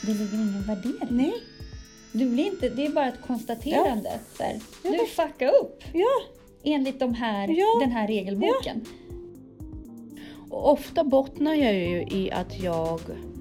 Det ligger ingen värdering. Nej. Du blir inte, det är bara ett konstaterande. Ja. Så här, du fuckar upp. Ja. Enligt den här regelboken. Och ofta bottnar jag ju i att jag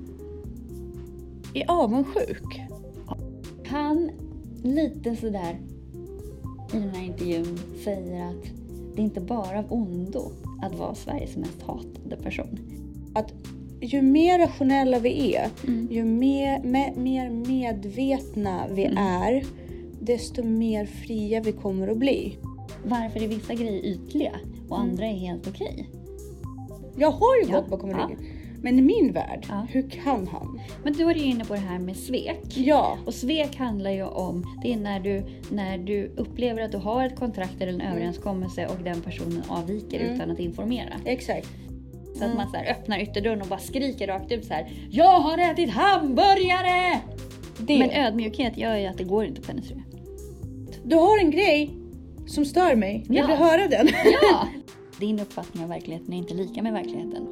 är avundsjuk. Han lite sådär i den här intervjun säger att det är inte bara av ondo att vara Sveriges mest hatade person. Att ju mer rationella vi är, ju mer medvetna vi är, desto mer fria vi kommer att bli. Varför är vissa grejer ytliga och andra är helt okej? Jag har ju gått bakom ryggen. Men i min värld, hur kan han? Men då är du inne på det här med svek. Ja. Och svek handlar ju om, det är när du upplever att du har ett kontrakt eller en överenskommelse och den personen avviker utan att informera. Exakt. Så att man så här öppnar ytterdörren och bara skriker rakt ut så här: jag har ätit hamburgare! Men ödmjukhet gör ju att det går inte att penetrera. Du har en grej som stör mig. Vill du höra den? Ja! Din uppfattning av verkligheten är inte lika med verkligheten.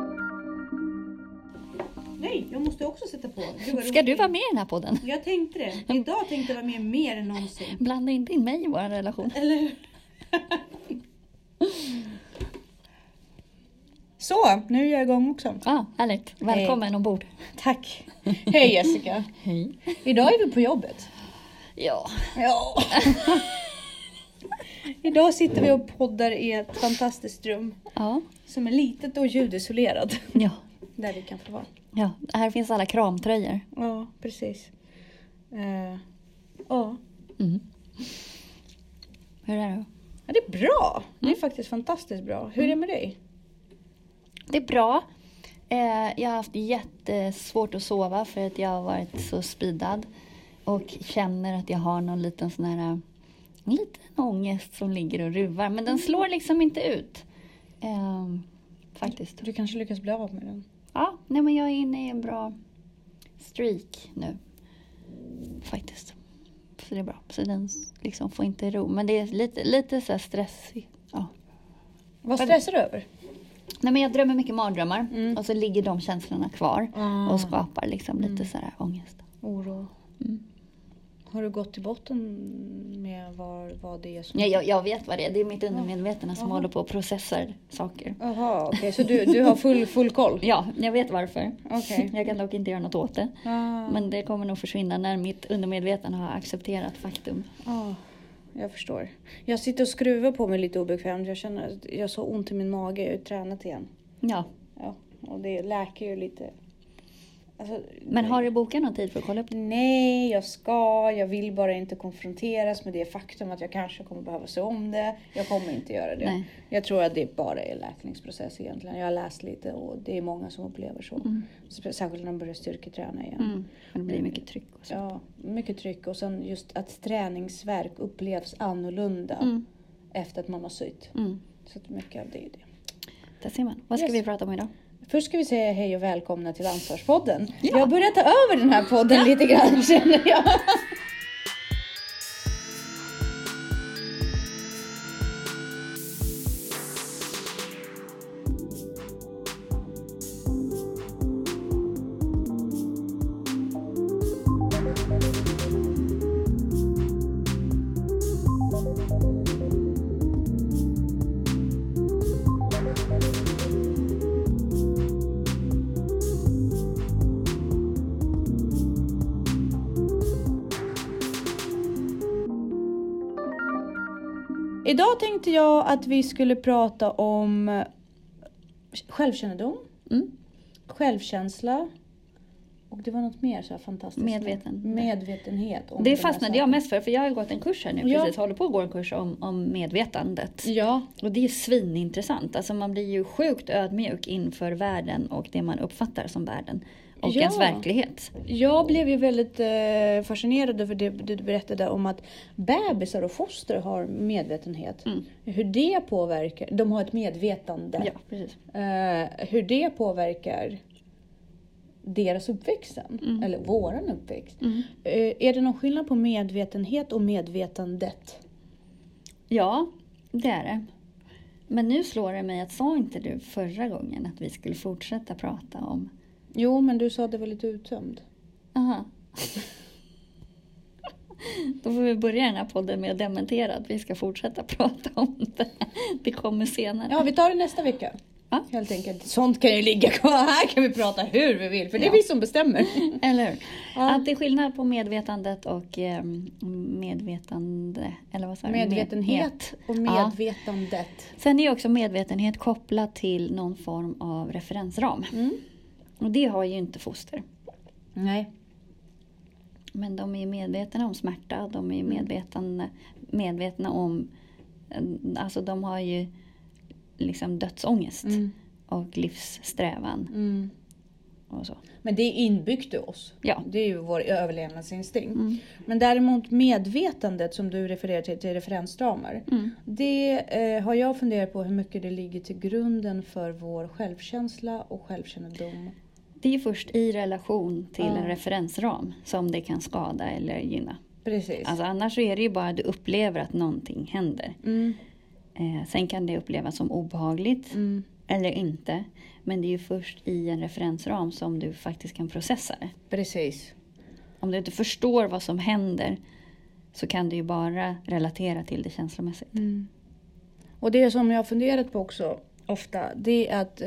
Nej, jag måste också sätta på. Ska du vara med i den här podden? Jag tänkte det. Idag tänkte jag vara med mer än någonsin. Blanda inte in mig i vår relation. Eller hur? Så, nu är jag igång också. Ja, härligt. Välkommen ombord. Tack. Hej Jessica. Hej. Idag är vi på jobbet. Ja. Idag sitter vi och poddar i ett fantastiskt rum. Ja. Som är litet och ljudisolerat. Ja. Där vi kan få vara. Ja, här finns alla kramtröjor. Ja, precis. Ja. Hur är det då? Ja, det är bra. Det är faktiskt fantastiskt bra. Hur är det med dig? Det är bra. Jag har haft jättesvårt att sova för att jag har varit så speedad. Och känner att jag har någon liten sån här... En liten ångest som ligger och ruvar. Men den slår liksom inte ut. Faktiskt. Du kanske lyckas bli av med den. Ja, nej, men jag är inne i en bra streak nu. Faktiskt. Så det är bra. Så den liksom får inte ro. Men det är lite så här stressigt. Ja. Vad stressar du över? Nej, men jag drömmer mycket mardrömmar. Och så ligger de känslorna kvar. Och skapar liksom lite så här ångest. Oro. Har du gått till botten med vad det är som... Ja, jag vet vad det är. Det är mitt undermedvetna som håller på och processar saker. Jaha, okej. Så du har full koll? Ja, jag vet varför. Okay. Jag kan dock inte göra något åt det. Men det kommer nog försvinna när mitt undermedvetna har accepterat faktum. Jag förstår. Jag sitter och skruvar på mig lite obekvämt. Jag känner att jag har så ont i min mage. Jag har tränat igen. Ja. Och det läker ju lite... Alltså, men har du bokat någon tid för att kolla upp det? Nej, jag vill bara inte konfronteras med det faktum att jag kanske kommer behöva se om det. Jag kommer inte göra det. Nej. Jag tror att det bara är läkningsprocess egentligen. Jag har läst lite och det är många som upplever så. Särskilt när de börjar styrketräna igen. Det blir mycket tryck. Och så. Ja, mycket tryck. Och sen just att träningsverk upplevs annorlunda efter att man har sytt. Så att mycket av det är det. Där ser man. Vad ska vi prata om idag? Först ska vi säga hej och välkomna till Ansvarspodden. Ja. Jag börjar ta över den här podden lite grann, känner jag. Idag tänkte jag att vi skulle prata om självkännedom, självkänsla och det var något mer så här fantastiskt. Medvetenhet. Det fastnade jag mest för jag har gått en kurs här nu. Precis, håller på att gå en kurs om medvetandet. Ja. Och det är svinintressant. Alltså man blir ju sjukt ödmjuk inför världen och det man uppfattar som världen. Och ens verklighet. Jag blev ju väldigt fascinerad över det du berättade om att bebisar och foster har medvetenhet. Hur det påverkar, de har ett medvetande. Ja, precis. Hur det påverkar deras uppväxten. Eller våran uppväxt. Är det någon skillnad på medvetenhet och medvetandet? Ja, det är det. Men nu slår det mig att sa inte du förra gången att vi skulle fortsätta prata om... Jo, men du sa det var lite uttömd. Aha. Då får vi börja den här podden med att dementera att vi ska fortsätta prata om det. Det kommer senare. Ja, vi tar det nästa vecka. Ja. Helt enkelt. Sånt kan ju ligga kvar. Här kan vi prata hur vi vill. För det är vi som bestämmer. Eller hur? Ja. Att det är skillnad på medvetandet och medvetande. Eller vad sa du? Medvetenhet och medvetandet. Ja. Sen är ju också medvetenhet kopplat till någon form av referensram. Och det har ju inte foster. Nej. Men de är medvetna om smärta. De är medvetna om... Alltså de har ju liksom dödsångest. Och livssträvan. Och så. Men det är inbyggt i oss. Ja. Det är ju vår överlevnadsinstinkt. Men däremot medvetandet som du refererar till referensramar. Det har jag funderat på hur mycket det ligger till grunden för vår självkänsla och självkännedom. Det är först i relation till en referensram som det kan skada eller gynna. Precis. Alltså annars så är det ju bara att du upplever att någonting händer. Sen kan det upplevas som obehagligt eller inte. Men det är ju först i en referensram som du faktiskt kan processa det. Precis. Om du inte förstår vad som händer så kan du ju bara relatera till det känslomässigt. Och det som jag har funderat på också ofta, det är att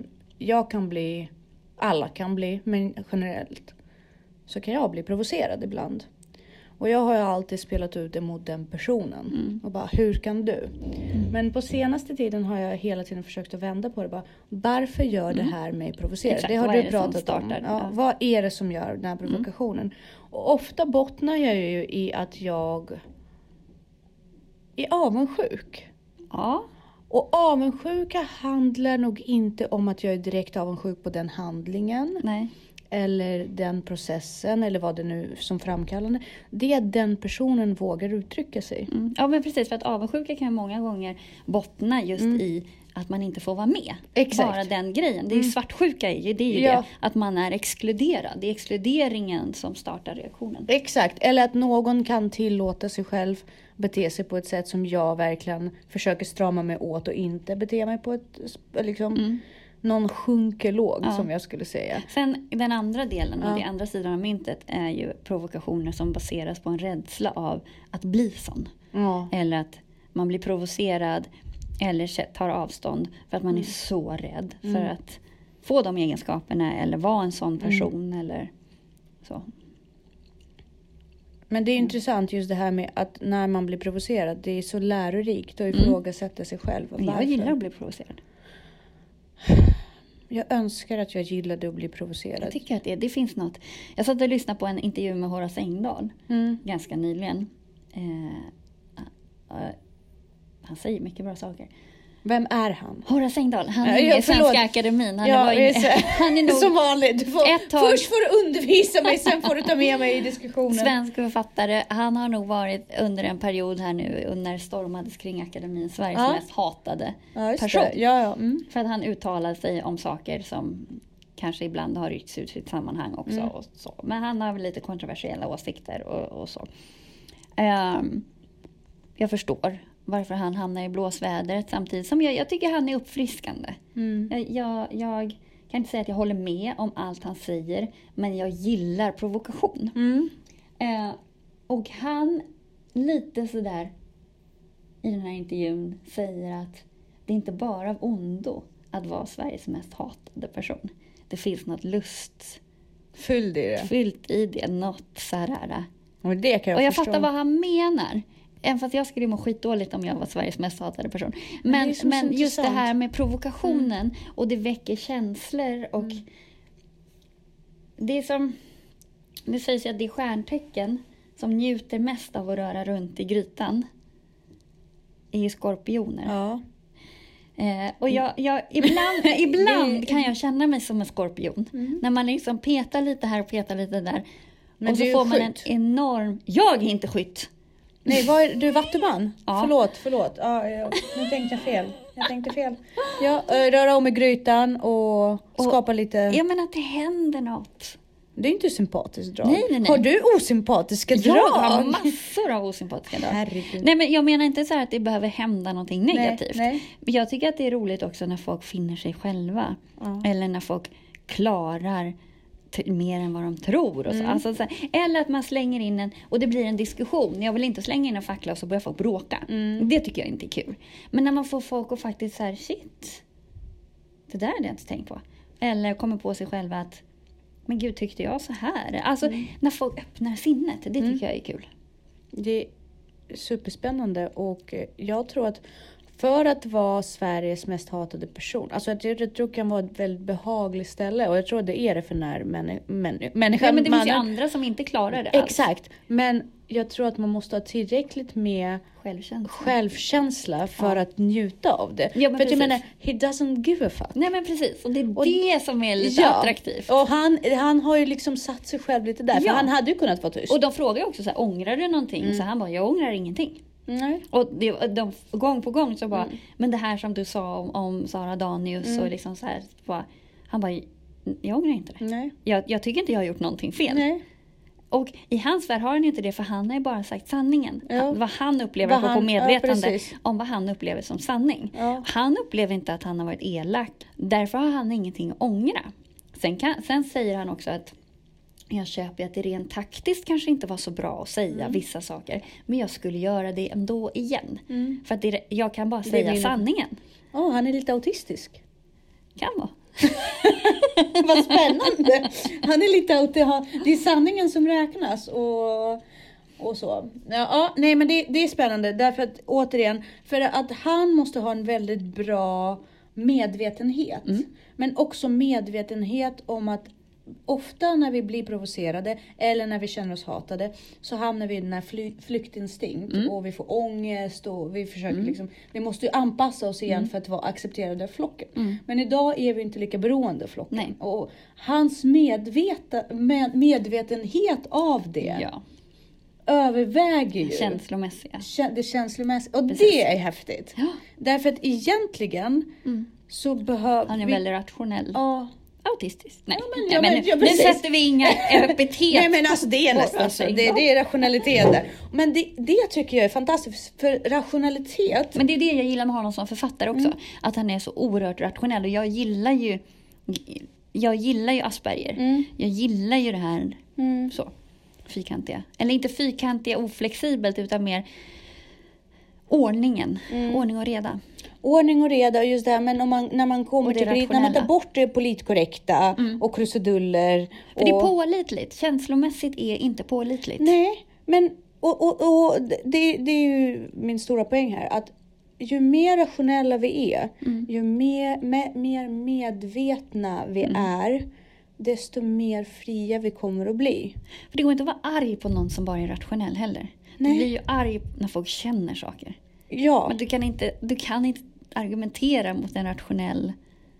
alla kan bli, men generellt så kan jag bli provocerad ibland. Och jag har ju alltid spelat ut emot den personen. Och bara, hur kan du? Men på senaste tiden har jag hela tiden försökt att vända på det. Bara, varför gör det här mig provocerad? Exakt, det har vad du är det som pratat startar? om. Ja, vad är det som gör den här provokationen? Och ofta bottnar jag ju i att jag är avundsjuk. Ja. Och avundsjuka handlar nog inte om att jag är direkt avundsjuk på den handlingen. Nej. Eller den processen eller vad det nu som framkallande. Det är att den personen vågar uttrycka sig. Ja men precis, för att avundsjuka kan många gånger bottna just i att man inte får vara med. Exakt. Bara den grejen. Det är ju svartsjuka det är ju det. Att man är exkluderad. Det är exkluderingen som startar reaktionen. Exakt. Eller att någon kan tillåta sig själv bete sig på ett sätt som jag verkligen försöker strama mig åt och inte bete mig på ett liksom någon sjunkelåg som jag skulle säga. Sen den andra delen och den andra sidan av myntet är ju provokationer som baseras på en rädsla av att bli sån. Eller att man blir provocerad eller tar avstånd för att man är så rädd för att få de egenskaperna eller vara en sån person eller så. Men det är intressant just det här med att när man blir provocerad, det är så lärorikt att ifrågasätta sig själv. Jag gillar att bli provocerad. Jag önskar att jag gillade att bli provocerad. Jag tycker att det finns något. Jag satt och lyssnade på en intervju med Horace Engdahl ganska nyligen. Han säger mycket bra saker. Vem är han? Horace Engdahl, han är med i Svenska Akademin. Han är nog som vanligt. Först får du undervisa mig, sen får du ta med mig i diskussionen. Svensk författare. Han har nog varit under en period här nu när stormades kring akademin Sveriges mest hatade person. För att han uttalade sig om saker som kanske ibland har ryckts ut sitt sammanhang också. Och så. Men han har väl lite kontroversiella åsikter och så. Jag förstår varför han hamnar i blåsvädret samtidigt som jag tycker han är uppfriskande. Jag kan inte säga att jag håller med om allt han säger, men jag gillar provokation. Och han lite sådär i den här intervjun säger att det är inte bara av ondo att vara Sveriges mest hatade person. Det finns något fyllt i det, något sådär. Och det kan jag fattar vad han menar. Även fast jag skulle må skitdåligt om jag var Sveriges mest hatade person. Men just det här med provokationen och det väcker känslor och det är som det sägs att det är stjärntecken som njuter mest av att röra runt i grytan är ju skorpioner. Ja. Och jag ibland kan jag känna mig som en skorpion. När man liksom petar lite här och petar lite där. Men och så får man en enorm... Jag är inte skytt. Nej, du är vattuman? Ja. Förlåt. Ja, nu tänkte jag fel. Jag rör om i grytan och skapar lite... Ja, men att det händer något. Det är inte sympatiskt drag. Nej. Har du osympatiska drag? Jag har massor av osympatiska drag. Herregud. Nej, men jag menar inte så här att det behöver hända någonting negativt. Nej. Men jag tycker att det är roligt också när folk finner sig själva. Eller när folk klarar mer än vad de tror. Och så. Alltså, så här, eller att man slänger in och det blir en diskussion. Jag vill inte slänga in en fackla och så börjar folk bråka. Det tycker jag inte är kul. Men när man får folk att faktiskt så här, shit, det där hade jag inte tänkt på. Eller kommer på sig själva att, men gud, tyckte jag så här? Alltså, när folk öppnar sinnet, det tycker jag är kul. Det är superspännande, och jag tror att för att vara Sveriges mest hatade person, alltså jag tror det kan vara ett väldigt behagligt ställe, och jag tror det är det för när människan. Ja, men det finns ju andra som inte klarar det alls. Exakt, men jag tror att man måste ha tillräckligt med självkänsla för att njuta av det. Ja, för att jag menar, he doesn't give a fuck. Nej, men precis, och det är det som är lite attraktivt. Och han har ju liksom satt sig själv lite där, för han hade ju kunnat vara tyst. Och de frågar ju också så här, ångrar du någonting? Så han bara, jag ångrar ingenting. Nej. Och de gång på gång så bara, men det här som du sa om Sara Danius och liksom så här, han bara, jag ångrar inte det. Nej. Jag tycker inte jag har gjort någonting fel. Nej. Och i hans värld har han ju inte det, för han har ju bara sagt sanningen. Vad han upplever på medvetande om vad han upplever som sanning. Ja. Han upplever inte att han har varit elak. Därför har han ingenting att ångra. Sen säger han också att jag köper att det rent taktiskt kanske inte var så bra att säga vissa saker. Men jag skulle göra det ändå igen. För att jag kan bara säga sanningen. Han är lite autistisk. Kan vara. Vad spännande. Han är lite det är sanningen som räknas och så. Ja, nej, men det är spännande därför att återigen, för att han måste ha en väldigt bra medvetenhet. Men också medvetenhet om att ofta när vi blir provocerade eller när vi känner oss hatade, så hamnar vi i den här flyktinstinkt och vi får ångest och vi försöker liksom, vi måste ju anpassa oss igen för att vara accepterade av flocken. Men idag är vi inte lika beroende av flocken. Nej. Och hans medvetenhet av det överväger ju känslomässiga. Det känslomässiga. Och precis. Det är häftigt. Ja. Därför att egentligen så behöver han är väldigt rationell. Ja. Autistisk. Nej, nu sätter vi inga epitet. Nej, men alltså det är nästan så. Det är rationalitet där. Men det tycker jag är fantastiskt. För rationalitet. Men det är det jag gillar med honom som författare också. Att han är så oerhört rationell. Och jag gillar ju Asperger. Jag gillar ju det här så fyrkantiga. Eller inte fyrkantiga oflexibelt, utan mer ordningen. Ordning och reda. Ordning och reda och just det här, men när man kommer till när man tar bort det politkorrekta och krusiduller. För det är pålitligt. Känslomässigt är inte pålitligt. Nej, men och det är ju min stora poäng här. Att ju mer rationella vi är, ju mer medvetna vi är, desto mer fria vi kommer att bli. För det går inte att vara arg på någon som bara är rationell heller. Nej. Du blir ju arg när folk känner saker. Ja. Men du kan inte argumentera mot en rationell.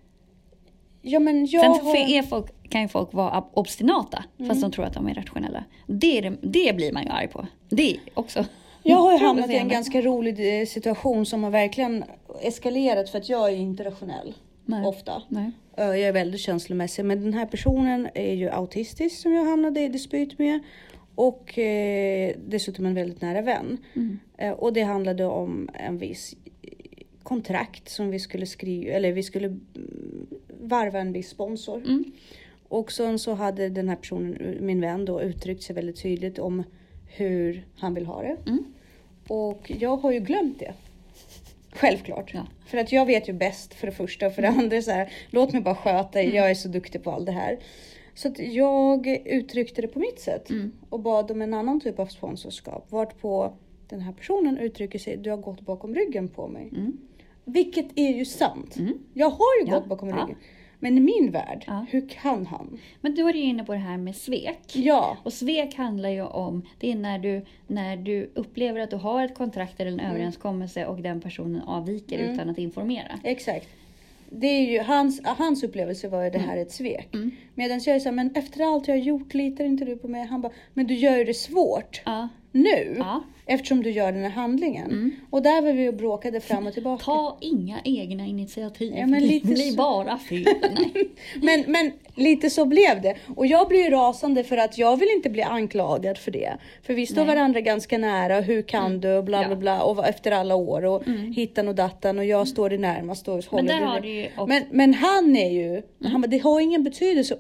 Ja, men kan ju folk vara obstinata fast de tror att de är rationella. Det blir man ju arg på. Det är också. Jag har ju hamnat i en ganska rolig situation som har verkligen eskalerat för att jag är inte rationell. Nej. Ofta. Nej. Jag är väldigt känslomässig, men den här personen är ju autistisk som jag hamnade i dispyt med. Och dessutom en väldigt nära vän. Och det handlade om en viss kontrakt som vi skulle skriva, eller vi skulle varva en viss sponsor. Och sen så hade den här personen, min vän då, uttryckt sig väldigt tydligt om hur han vill ha det. Och jag har ju glömt det. Självklart. Ja. För att jag vet ju bäst för det första. Och för det andra så här, låt mig bara sköta. Jag är så duktig på allt det här. Så att jag uttryckte det på mitt sätt. Och bad om en annan typ av sponsorskap. Vart på den här personen uttrycker sig, du har gått bakom ryggen på mig. Vilket är ju sant. Jag har ju gått bakom ryggen. Men i min värld, hur kan han? Men du är ju inne på det här med svek. Ja. Och svek handlar ju om, det är när du upplever att du har ett kontrakt eller en överenskommelse och den personen avviker utan att informera. Exakt. Det är ju hans upplevelse var ju det här ett svek. Medan jag är så här, men efter allt jag har gjort litar inte du på mig. Han bara, men du gör det svårt. Nu. Eftersom du gör den här handlingen. Och där var vi och bråkade fram och tillbaka. Ta inga egna initiativ. Ja, men det blir bara fel. men lite så blev det. Och jag blir rasande för att jag vill inte bli anklagad för det. För vi står varandra ganska nära. Hur kan du? Bla bla bla. Och efter alla år. Och hittan och dattan. Och jag står det närmast. Och håller men där har du ju också... men han är ju... Han bara, det har ingen betydelse.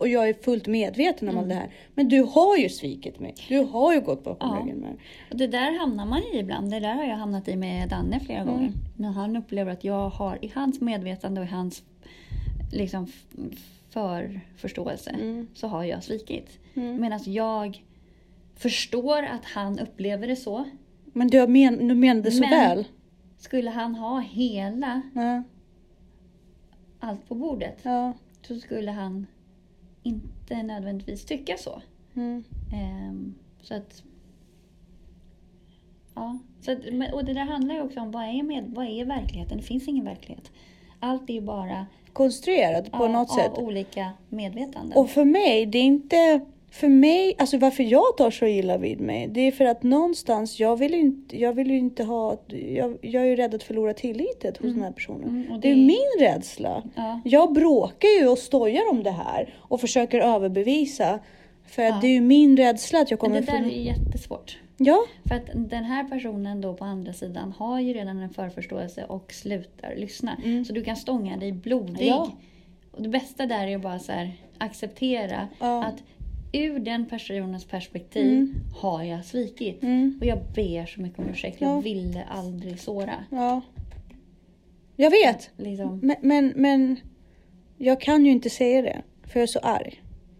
och jag är fullt medveten om allt det här. Men du har ju svikit mig. Du har ju gått bakom ryggen med. Och det där hamnar man i ibland. Det där har jag hamnat i med Danne flera gånger. När han upplever att jag har i hans medvetande och i hans liksom förståelse så har jag svikit. Medan jag förstår att han upplever det så. Men du menade så väl. Skulle han ha hela allt på bordet så skulle han inte nödvändigtvis tycka så. Så att och det där handlar ju också om vad är verkligheten? Det finns ingen verklighet. Allt är ju bara konstruerat på något sätt av olika medvetanden. Och för mig, det är inte för mig, alltså varför jag tar så illa vid mig, det är för att någonstans jag vill ju inte ha, jag är ju rädd att förlora tilliten hos den här personen. Och det är min rädsla. Jag bråkar ju och stojar om det här och försöker överbevisa, för att det är ju min rädsla att jag kommer. Men det där är jättesvårt. Ja. För att den här personen då på andra sidan har ju redan en förförståelse och slutar lyssna. Så du kan stånga dig blodig. Ja. Och det bästa där är att bara så här, acceptera att ur den personens perspektiv har jag svikit. Och jag ber så mycket om ursäkt. Jag ville aldrig såra. Ja. Jag vet. Liksom. Men jag kan ju inte säga det. För jag är så arg.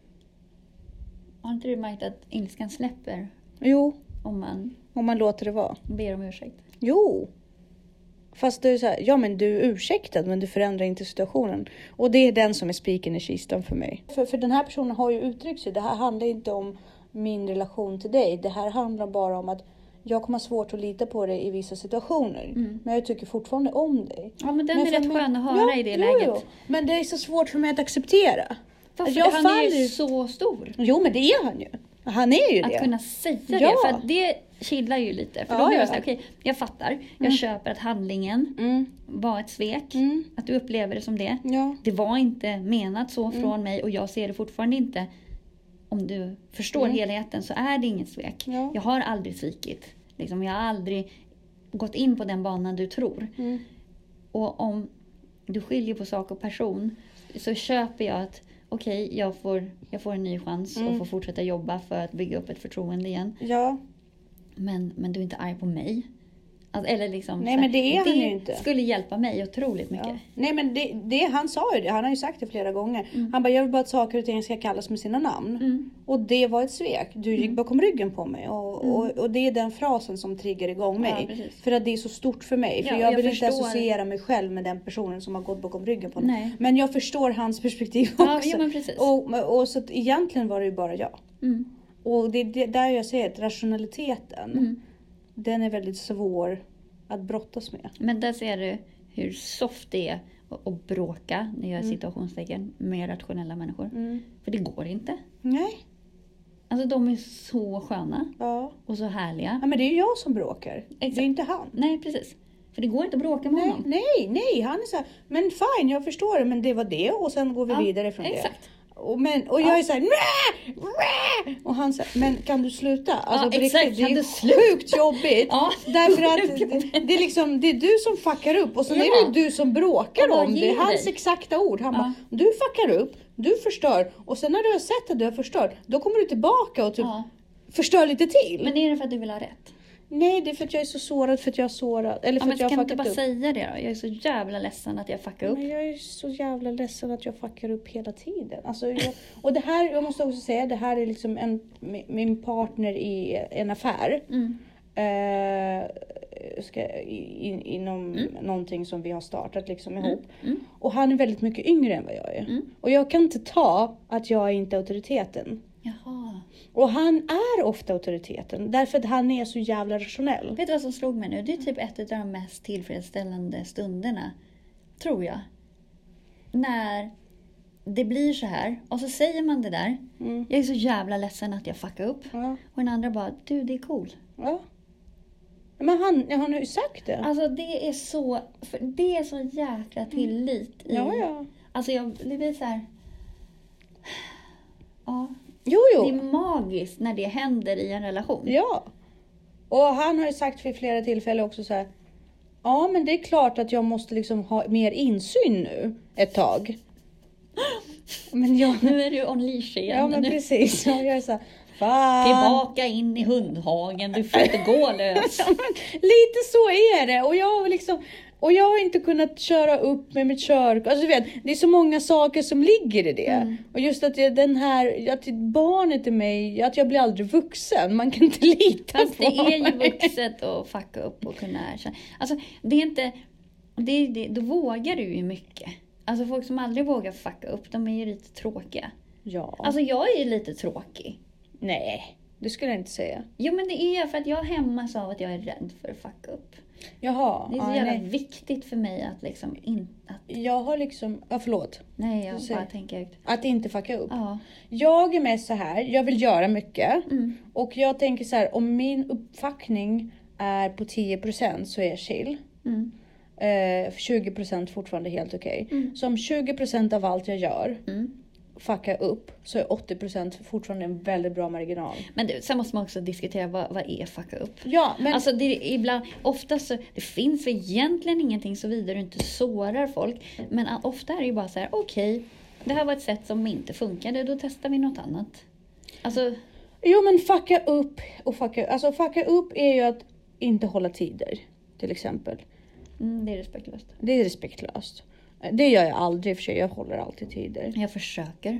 Har inte du märkt att ilskan släpper? Jo. Om man låter det vara. Ber om ursäkt. Jo. Fast det är så här, ja men du är ursäktad men du förändrar inte situationen. Och det är den som är spiken i kistan för mig. För den här personen har ju uttryckt sig. Det här handlar inte om min relation till dig. Det här handlar bara om att jag kommer ha svårt att lita på dig i vissa situationer. Men jag tycker fortfarande om dig. Ja men den är rätt skön att höra i det läget. Jo. Men det är så svårt för mig att acceptera. Varför? Han är ju så stor. Jo men det är han ju. Han är ju det. Att kunna säga det. För att det chillar ju lite. För då blir jag så här, okej, jag fattar. Jag köper att handlingen var ett svek. Att du upplever det som det. Ja. Det var inte menat så från mig. Och jag ser det fortfarande inte. Om du förstår helheten så är det inget svek. Ja. Jag har aldrig svikit. Liksom, jag har aldrig gått in på den banan du tror. Och om du skiljer på sak och person. Så köper jag att okej, jag får en ny chans och får fortsätta jobba för att bygga upp ett förtroende igen. Ja. Men du är inte arg på mig. Alltså, eller liksom, nej, men det är han ju inte. Det skulle hjälpa mig otroligt mycket. Ja. Nej, men det han sa ju det. Han har ju sagt det flera gånger. Han bara, jag vill bara att saker och ting ska kallas med sina namn. Och det var ett svek. Du gick bakom ryggen på mig. Och det är den frasen som triggar igång mig. Ja, för att det är så stort för mig. För jag vill inte associera mig själv med den personen som har gått bakom ryggen på mig. Men jag förstår hans perspektiv också. Ja, men precis. Och så att egentligen var det ju bara jag. Och det är där jag säger att rationaliteten, den är väldigt svår att brottas med. Men där ser du hur soft det är att bråka, när jag är situationstecken, med rationella människor. För det går inte. Nej. Alltså de är så sköna. Ja. Och så härliga. Ja, men det är ju jag som bråkar. Exakt. Det är inte han. Nej, precis. För det går inte att bråka med honom. Nej. Han är så här, men fine, jag förstår det, men det var det. Och sen går vi vidare från exakt. det. Och jag är så här, nej! Och han säger, men kan du sluta? Alltså, exakt, det är sjukt jobbigt. Därför att det är liksom, det är du som fuckar upp. Och så är det du som bråkar om det. Hans exakta ord. Han bara, du fuckar upp, du förstör. Och sen när du har sett att du har förstört, då kommer du tillbaka och typ förstör lite till. Men är det för att du vill ha rätt? Nej, det är för att jag är så sårad, för att jag är sårad. Eller för att jag har fuckat upp. Men kan du inte bara säga det då? Jag är så jävla ledsen att jag fuckar upp. Men jag är så jävla ledsen att jag fuckar upp hela tiden. Alltså och det här, jag måste också säga, det här är liksom min partner i en affär. Inom någonting som vi har startat liksom ihop. Och han är väldigt mycket yngre än vad jag är. Och jag kan inte ta att jag är inte auktoriteten. Jaha. Och han är ofta auktoriteten. Därför att han är så jävla rationell. Vet du vad som slog mig nu? Det är typ ett av de mest tillfredsställande stunderna. Tror jag. När det blir så här. Och så säger man det där. Jag är så jävla ledsen att jag fuckar upp. Och den andra bara, du det är cool. Ja. Men han har ju sagt det. Alltså det är så jäkla tillit i. Ja. Alltså det blir så här. Ja. Jo. Det är magiskt när det händer i en relation. Ja. Och han har ju sagt vid flera tillfällen också så här. Ja, men det är klart att jag måste liksom ha mer insyn nu ett tag. Men Nu är du on leash igen. Ja, men nu. precis. Jag är så här, fan. Tillbaka in i hundhagen, du får inte gå lös. Lite så är det. Och jag har inte kunnat köra upp med mitt körkort. Alltså du vet, det är så många saker som ligger i det. Och just att att barnet i mig, att jag blir aldrig vuxen. Man kan inte lita Fast på det är ju mig. vuxet att fucka upp och kunna erkänna. Alltså det är inte, då vågar du ju mycket. Alltså folk som aldrig vågar fucka upp, de är ju lite tråkiga. Ja. Alltså jag är ju lite tråkig. Nej, det skulle jag inte säga. Jo men det är för att jag hämmas av att jag är rädd för att fucka upp. Jaha. Det är så jävla viktigt för mig att liksom Jag har liksom, förlåt. Nej, jag bara tänker ut. Att inte fucka upp. Ja. Jag är mest så här, jag vill göra mycket. Och jag tänker så här, om min uppfackning är på 10% så är jag chill. 20% fortfarande helt okej. Så om 20% av allt jag gör fucka upp så är 80% fortfarande en väldigt bra marginal. Men sen måste man också diskutera vad är fucka upp. Ja, men alltså det är ibland, ofta så, det finns egentligen ingenting så vidare du inte sårar folk. Men ofta är det ju bara så här, okej, det här var ett sätt som inte funkade, då testar vi något annat. Alltså. Jo men fucka upp fucka upp är ju att inte hålla tider till exempel. Det är respektlöst. Det är respektlöst. Det gör jag aldrig för sig. Jag håller alltid tider. Jag försöker.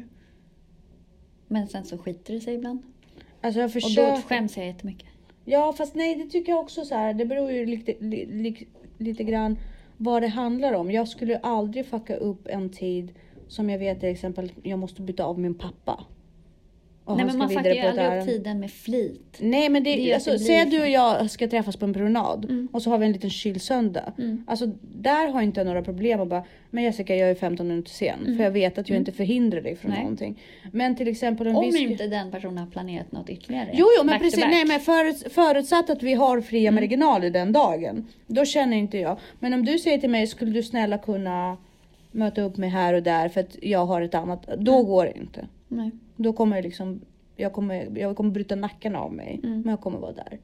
Men sen så skiter det sig ibland. Alltså jag försöker. Och då skäms jag jättemycket. Ja fast nej det tycker jag också så här. Det beror ju lite grann vad det handlar om. Jag skulle aldrig fucka upp en tid som jag vet till exempel jag måste byta av min pappa. Nej men man fuckar ju aldrig upp tiden med flit. Nej men det alltså, säg att du och jag ska träffas på en promenad. Och så har vi en liten kylsöndag. Alltså där har jag inte några problem att bara, men Jessica jag är 15 minuter sen. För jag vet att jag inte förhindrar dig från någonting. Men till exempel om inte den personen har planerat något ytterligare. Jo men precis. Nej men förutsatt att vi har fria marginaler den dagen. Då känner inte jag. Men om du säger till mig, skulle du snälla kunna möta upp mig här och där för att jag har ett annat. Då går det inte. Nej. Då kommer jag liksom, jag kommer bryta nacken av mig. Men jag kommer vara där.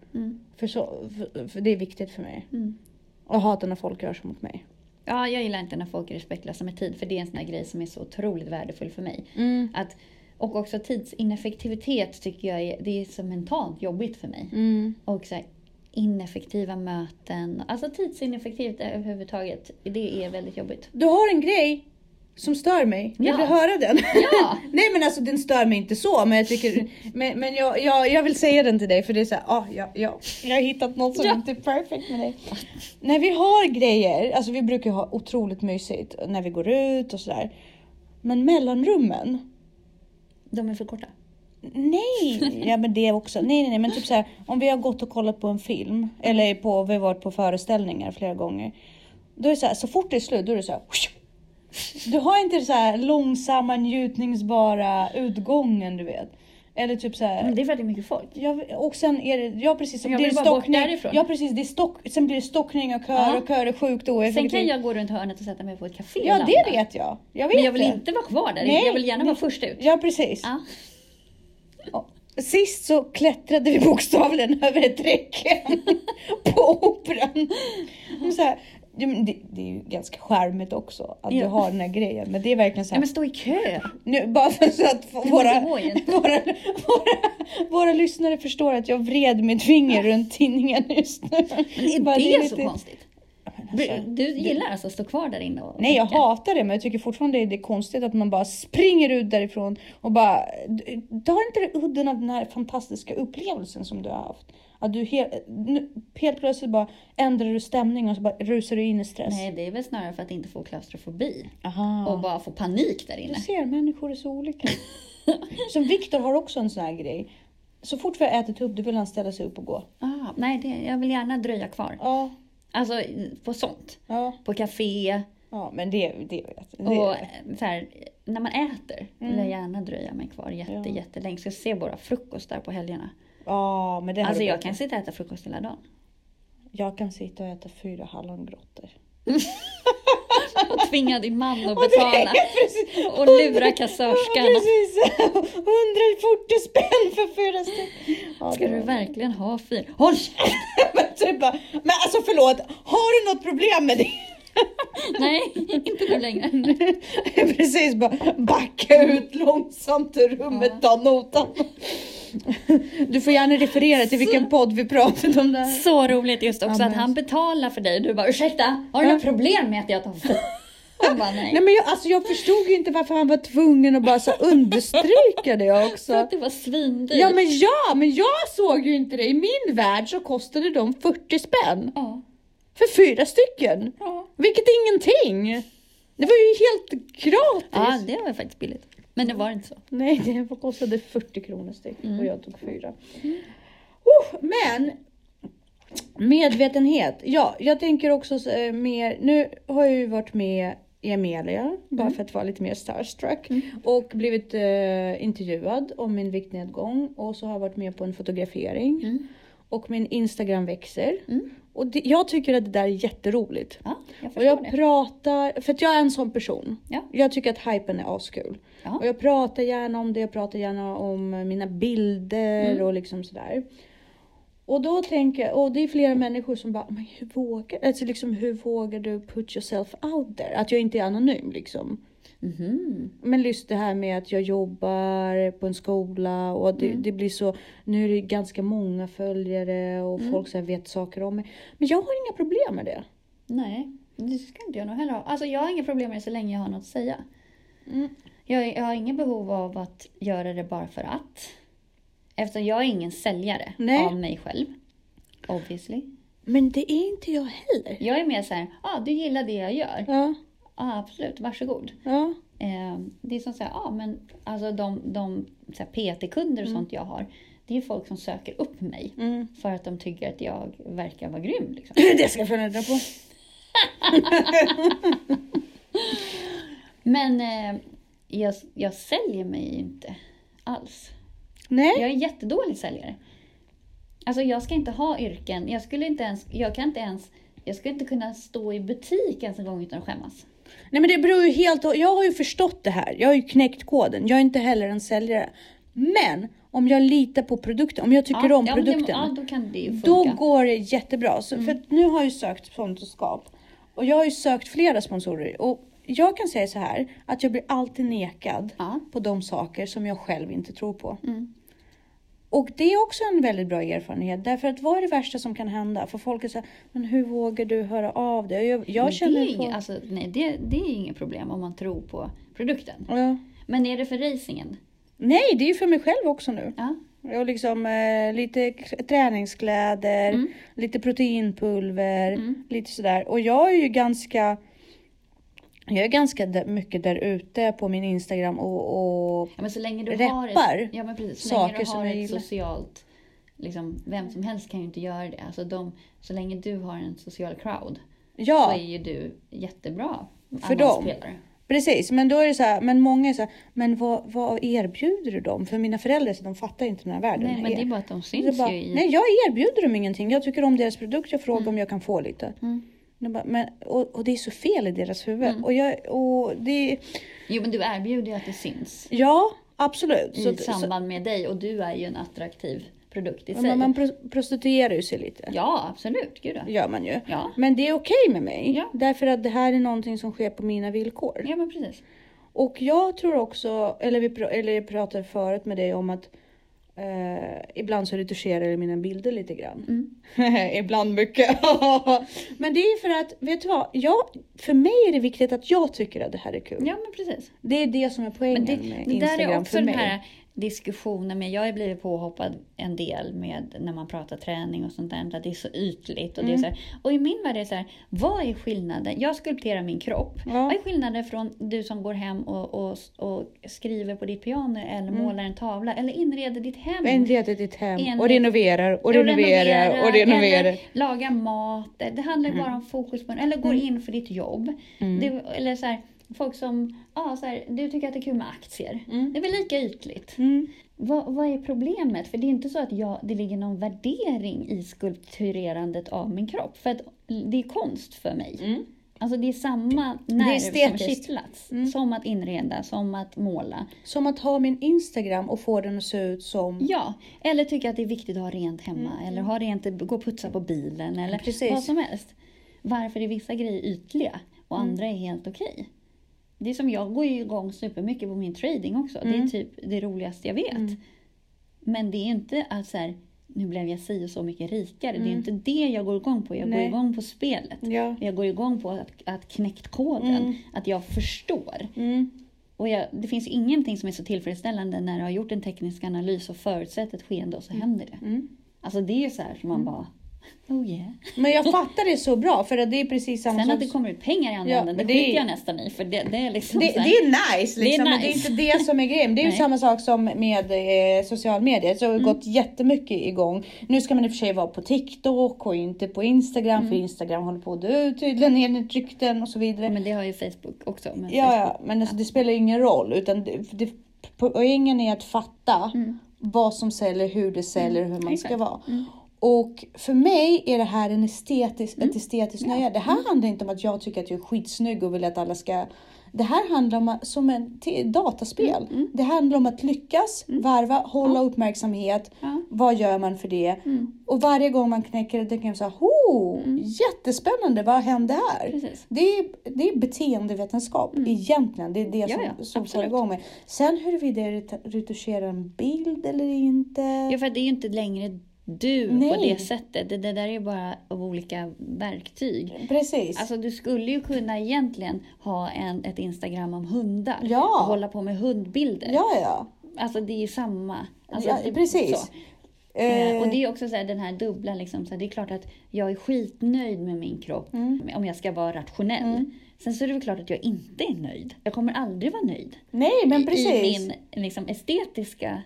För det är viktigt för mig. Och jag hatar när folk gör så mot mig. Ja, jag gillar inte när folk är respektlösa med tid. För det är en sån här grej som är så otroligt värdefull för mig. Och också tidsineffektivitet tycker jag det är så mentalt jobbigt för mig. Och så här, ineffektiva möten. Alltså tidsineffektivt överhuvudtaget. Det är väldigt jobbigt. Du har en grej som stör mig. Jag vill höra den. Ja. Nej men alltså den stör mig inte så. Men jag tycker, men jag vill säga den till dig. För det är så här, jag har hittat något som inte är perfekt med dig. När vi har grejer, alltså vi brukar ha otroligt mysigt. När vi går ut och sådär. Men mellanrummen. De är för korta. Nej, ja men det också. Nej, men typ så här, om vi har gått och kollat på en film. Eller vi har varit på föreställningar flera gånger. Då är det så här, så fort det är slut, då är det så här. Du har inte så här långsamma njutningsbara utgången, du vet. Eller typ så här. Men det är väldigt mycket folk. Och sen är det precis som jag det är vill bara stockning. bort därifrån. Ja precis, det är sen blir det stockning och kör och kör är sjukt och sen kan jag gå runt hörnet och sätta mig på ett café. Ja, det vet jag. Men jag vill inte vara kvar där. Nej, jag vill gärna vara först ut. Ja, precis. Ja. Sist så klättrade vi bokstavligen över ett räcke på Operan. Så här, det är ju ganska charmigt också att du har den här grejen. Men det är verkligen så här. Ja, men stå i kö. Nu, bara för så att våra lyssnare förstår att jag vred mitt finger runt tidningen just nu. Men är det så konstigt? Du gillar alltså att stå kvar där inne? Nej, jag hatar det. Men jag tycker fortfarande det är konstigt att man bara springer ut därifrån. Och bara, tar inte det udden av den här fantastiska upplevelsen som du har haft? Att du helt plötsligt bara ändrar du stämning och så bara rusar du in i stress. Nej, det är väl snarare för att inte få klaustrofobi. Aha. Och bara få panik där inne. Du ser, människor är så olika. Som Viktor har också en sån här grej. Så fort vi har ätit upp, då vill han ställa sig upp och gå. Nej, jag vill gärna dröja kvar. Ja. Alltså på sånt. Ja. På café. Ja, men det och så här, när man äter vill jag gärna dröja mig kvar jättelänge. Så jag ser bara frukost där på helgerna. Ja, men det alltså jag kan sitta och äta frukost hela dagen. Jag kan sitta och äta 4 hallongrottor. Och tvinga din man att betala. Och lura kassörskan. Ja, precis. 140 spänn för 4 stycken. Ska du verkligen ha 4? Håll men alltså förlåt. Har du något problem med det? Nej, inte nu längre. Precis, bara backa ut långsamt ur rummet, ta notan. Du får gärna referera till vilken podd vi pratade om där. Så roligt just också att han betalar för dig. Du bara, ursäkta, har du några problem med att jag tar för? Bara, nej. Nej, men jag förstod ju inte varför han var tvungen att bara så understryka det också. För att det var svindyrt. Ja, men jag såg ju inte det. I min värld så kostade de 40 spänn. Ja. För 4 stycken. Ja. Vilket är ingenting. Det var ju helt gratis. Ja, det var faktiskt billigt. Men det var inte så. Nej, det kostade 40 kronor styck och jag tog 4. Men medvetenhet. Ja, jag tänker också mer. Nu har jag ju varit med i Amelia, bara för att vara lite mer starstruck. Och blivit intervjuad om min viktnedgång. Och så har jag varit med på en fotografering. Och min Instagram växer. Och jag tycker att det där är jätteroligt. Ja, jag och jag förstår det. pratar, för att jag är en sån person. Ja. Jag tycker att hypen är askul. Ja. Och jag pratar gärna om det, jag pratar gärna om mina bilder och liksom sådär. Och då tänker jag, och det är flera människor som bara, men hur vågar du put yourself out there? Att jag inte är anonym liksom. Men just det här med att jag jobbar på en skola och det blir så, nu är det ganska många följare och folk så här vet saker om mig. Men jag har inga problem med det. Nej, det ska inte jag nog heller ha. Alltså jag har inga problem med det så länge jag har något att säga. Jag har ingen behov av att göra det bara för att. Eftersom jag är ingen säljare av mig själv. Obviously. Men det är inte jag heller. Jag är mer så här, du gillar det jag gör. Ja. Absolut, varsågod. Ja. Det är som så här, men alltså de så här, PT-kunder och sånt jag har. Det är folk som söker upp mig. För att de tycker att jag verkar vara grym. Liksom. Det ska jag fundera på. Men jag säljer mig inte alls. Nej. Jag är en jättedålig säljare. Alltså jag ska inte ha yrken. Jag skulle inte kunna stå i butik ens en gång utan att skämmas. Nej, men det beror ju helt. Jag har ju förstått det här. Jag har ju knäckt koden. Jag är inte heller en säljare. Men om jag litar på produkten, om jag tycker om produkten, då kan det ju funka. Då går det jättebra. Så, för nu har jag ju sökt sponsorskap. Och jag har ju sökt flera sponsorer. Och jag kan säga så här, att jag blir alltid nekad på de saker som jag själv inte tror på. Och det är också en väldigt bra erfarenhet. Därför att vad är det värsta som kan hända? För folk är så här, men hur vågar du höra av dig? Jag känner det är inget problem om man tror på produkten. Ja. Men är det för racingen? Nej, det är ju för mig själv också nu. Ja. Och liksom lite träningskläder, lite proteinpulver, lite sådär. Och jag är ganska mycket där ute på min Instagram och men så länge du reppar saker som är socialt, liksom, vem som helst kan ju inte göra det. Alltså så länge du har en social crowd så är ju du jättebra för dem. Spelare. Precis, men då är det så här, men många är så här, men vad erbjuder du dem? För mina föräldrar så de fattar inte den här världen. Nej, men det är bara att de syns bara, ju i. Nej, jag erbjuder dem ingenting. Jag tycker om deras produkt, jag frågar om jag kan få lite. Och det är så fel i deras huvud. Jo, men du erbjuder ju att det syns. Ja, absolut. I samband med dig, och du är ju en attraktiv produkt i sig. Men man prostituerar ju sig lite. Ja, absolut. Gud då. Gör man ju. Ja. Men det är okej med mig. Ja. Därför att det här är någonting som sker på mina villkor. Ja, men precis. Och jag tror också, eller jag pratade förut med dig om att ibland så retuscherar jag mina bilder lite grann. Ibland mycket. Men det är för att, vet du vad? För mig är det viktigt att jag tycker att det här är kul. Ja, men precis. Det är det som är poängen med Instagram där är också för mig. Den här diskussionen med, jag har blivit påhoppad en del med när man pratar träning och sånt där, att det är så ytligt och det är så här, och i min värld är det så här, vad är skillnaden? Jag skulpterar min kropp. Vad är skillnaden från du som går hem och skriver på ditt piano eller målar en tavla eller inreder ditt hem? Inreder ditt hem och renoverar och renoverar. Lagar mat. Det handlar bara om fokus på eller går in för ditt jobb. Eller så här, folk som, så här, du tycker att det är kul med aktier. Det är väl lika ytligt. Vad är problemet? För det är inte så att det ligger någon värdering i skulpturerandet av min kropp. För att det är konst för mig. Alltså det är samma nerv som kittlats. Som att inreda, som att måla. Som att ha min Instagram och få den att se ut som... Ja, eller tycka att det är viktigt att ha rent hemma. Eller ha rent, gå och putsa på bilen. Eller vad som helst. Varför är vissa grejer ytliga och andra är helt okej? Det är som jag går ju igång supermycket på min trading också. Det är typ det roligaste jag vet. Men det är inte att så här, nu blev jag si och så mycket rikare. Det är inte det jag går igång på. Jag går igång på spelet. Ja. Jag går igång på att knäckt koden. Att jag förstår. Och det finns ingenting som är så tillfredsställande när du har gjort en teknisk analys och förutsett ett skeende och så händer det. Alltså det är ju så här som man bara... Oh yeah. Men jag fattar det så bra, för det är precis samma sak. Sen att det kommer ut pengar i andra änden, det skiter jag nästan i. För det är liksom det är nice, liksom, men det är inte det som är grejen. Det är ju samma sak som med social media. Så har gått jättemycket igång. Nu ska man i och för sig vara på TikTok och inte på Instagram. För Instagram håller på att dö ut tydligen enligt rykten och så vidare. Men det har ju Facebook också. Men men alltså, det spelar ingen roll. Utan poängen är att fatta vad som säljer, hur det säljer och hur man ska vara. Och för mig är det här ett estetiskt nöje. Det här handlar inte om att jag tycker att jag är skitsnygg och vill att alla ska... Det här handlar om som en dataspel. Det handlar om att lyckas, varva, hålla uppmärksamhet. Vad gör man för det? Och varje gång man knäcker det kan man säga, jättespännande, vad hände här? Precis. Det är beteendevetenskap egentligen. Det är det som får igång med. Sen huruvida det retuscherar en bild eller inte. Ja, för det är ju inte längre på det sättet. Det där är ju bara av olika verktyg. Precis. Alltså du skulle ju kunna egentligen ha ett Instagram om hundar. Ja. Och hålla på med hundbilder. Ja. Alltså det är ju samma. Alltså, precis. Så. Och det är också så här, den här dubbla liksom, så här, det är klart att jag är skitnöjd med min kropp. Om jag ska vara rationell. Sen så är det väl klart att jag inte är nöjd. Jag kommer aldrig vara nöjd. Nej, men precis. I min liksom, estetiska...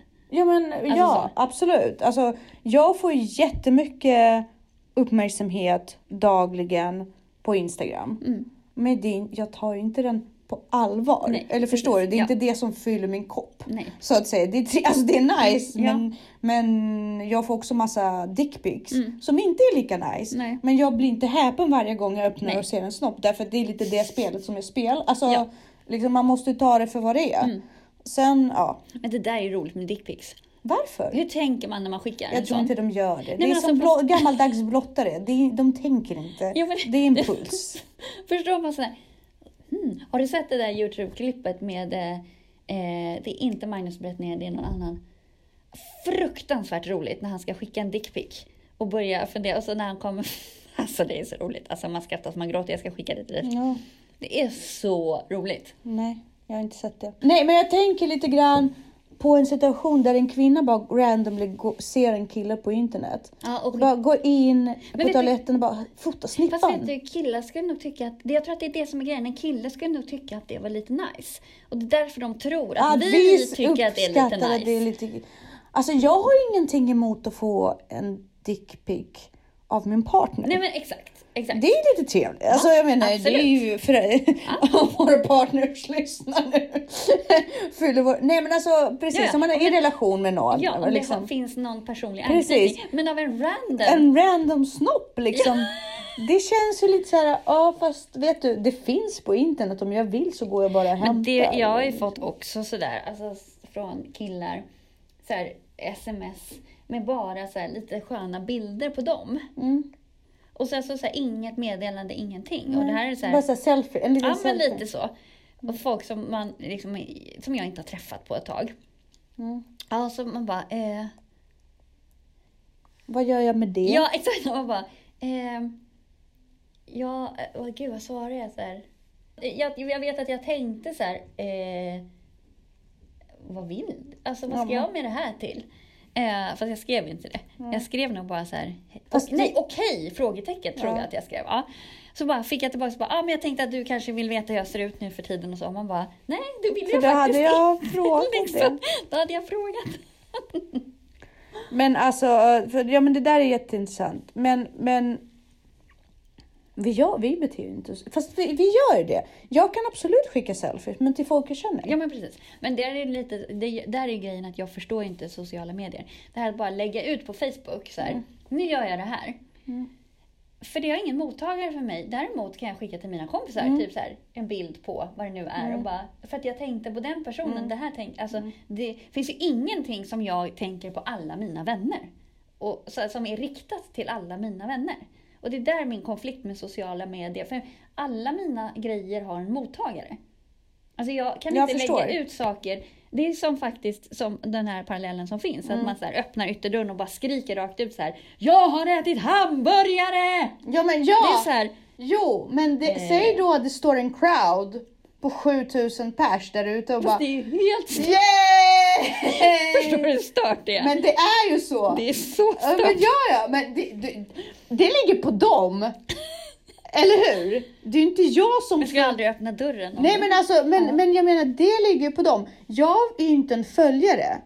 Absolut. Alltså, jag får jättemycket uppmärksamhet dagligen på Instagram. Men jag tar ju inte den på allvar. Nej, eller förstår du? Det är inte det som fyller min kopp. Nej. Så att säga. Det är nice. Men jag får också massa dickpics. Som inte är lika nice. Nej. Men jag blir inte häpen varje gång jag öppnar och ser en snopp. Därför att det är lite det spelet som jag spelar. Alltså, liksom, man måste ta det för vad det är. Sen, Men det där är ju roligt med dickpics. Varför? Hur tänker man när man skickar Jag tror inte de gör det. Nej, det är som gammaldags blottare. De tänker inte. Det är impuls. Förstår man så här? Har du sett det där YouTube-klippet med... det är inte Magnus Bettner, det är någon annan. Fruktansvärt roligt när han ska skicka en dickpic. Och börja fundera. Och så när han kommer... Alltså det är så roligt. Alltså man skrattar så man gråter. Jag ska skicka det till dig. Ja. Det är så roligt. Nej, jag har inte sett det. Nej, men jag tänker lite grann på en situation där en kvinna bara randomly ser en kille på internet. Och bara går in på toaletten och bara fotar snippan. Fast vet du, killar skulle nog tycka att... Jag tror att det är det som är grejen. En kille skulle nog tycka att det var lite nice. Och det är därför de tror att vi tycker att det är lite nice. Det är lite... Alltså jag har ingenting emot att få en dickpic av min partner. Nej men exakt. Det är lite trevligt. Alltså jag menar, absolut. Det är ju för våra partners lyssnar nu. Nej men alltså precis, om man är i relation med någon. Ja, om liksom. Det finns någon personlig anknytning. Men av en random snopp liksom. Det känns ju lite så här, fast vet du, det finns på internet. Om jag vill så går jag bara och hämtar. Jag har ju fått också sådär, alltså från killar, så här, sms med bara så här, lite sköna bilder på dem. Och sen så här, inget meddelande, ingenting. Och det här är så här, bara så här selfie, en liten selfie. Men lite så. Och folk som man liksom, som jag inte har träffat på ett tag. Ja, så man bara vad gör jag med det? Ja, exakt. Man bara gud, vad svarar jag så här? Jag vet att jag tänkte så här, vad vill? Alltså vad ska jag med det här till? Fast jag skrev inte det. Jag skrev nog bara så här. Okej, frågetecken tror jag att jag skrev. Ja. Så bara fick jag tillbaka så bara, men jag tänkte att du kanske vill veta hur jag ser ut nu för tiden och så. Man bara, nej, du vill jag faktiskt hade jag frågat liksom, då hade jag frågat. Men alltså, men det där är jätteintressant. Men vi beter ju inte så. Fast vi gör det. Jag kan absolut skicka selfies, men till folk jag känner. Ja, men precis. Men där är grejen att jag förstår inte sociala medier. Det här att bara lägga ut på Facebook så här, nu gör jag det här. För det är ingen mottagare för mig. Däremot kan jag skicka till mina kompisar typ så här, en bild på vad det nu är. Och bara, för att jag tänkte på den personen. Det här det finns ju ingenting som jag tänker på alla mina vänner. Och, som är riktat till alla mina vänner. Och det är där min konflikt med sociala medier. För alla mina grejer har en mottagare. Alltså jag kan inte lägga ut saker. Det är som faktiskt som den här parallellen som finns. Att man så här öppnar ytterdörren och bara skriker rakt ut så här: jag har ätit hamburgare! Ja, men Det är så här, jo, men säg då att det står en crowd på 7000 pers där ute och bara... det är ju helt stört. Yeah! Förstår du hur stört det är? Men det är ju så. Det är så stört. Men men det ligger på dem. Eller hur? Det är ju inte jag som... Jag ska aldrig öppna dörren. Nej, men alltså, men jag menar, det ligger på dem. Jag är ju inte en följare.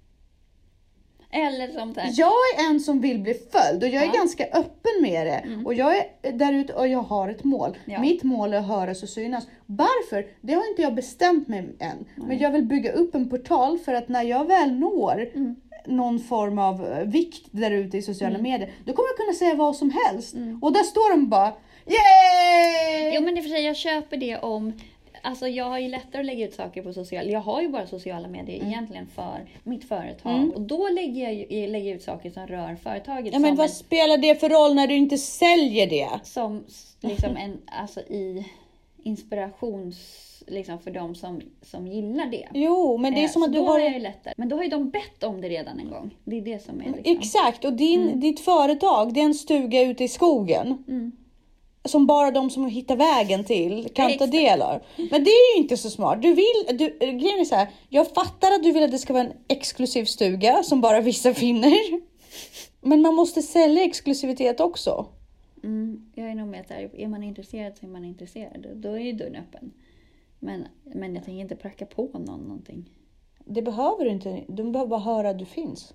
Eller som det här. Jag är en som vill bli följd och jag är ganska öppen med det. Och jag är där ute och jag har ett mål. Ja. Mitt mål är att höras och synas. Varför? Det har inte jag bestämt mig än. Men jag vill bygga upp en portal för att när jag väl når någon form av vikt där ute i sociala medier, då kommer jag kunna säga vad som helst. Och där står de bara, yay! Jo, men det är för sig, jag köper det om... Alltså jag har ju lättare att lägga ut saker på sociala... Jag har ju bara sociala medier egentligen för mitt företag. Och då lägger jag ut saker som rör företaget. Ja, men vad spelar det för roll när du inte säljer det? Som liksom alltså i inspirations... Liksom för de som gillar det. Jo, men det är som att du har... Jag lättare. Men då har ju de bett om det redan en gång. Det är det som är liksom... Exakt, och ditt företag, det är en stuga ute i skogen. Som bara de som hittar vägen till kan ta del av. Men det är ju inte så smart. Grejen är så här, jag fattar att du vill att det ska vara en exklusiv stuga som bara vissa finner. Men man måste sälja exklusivitet också. Jag är nog med där. Är man intresserad så är man intresserad. Då är ju dörren öppen. Men jag tänker inte pracka på någonting. Det behöver du inte. De behöver bara höra att du finns.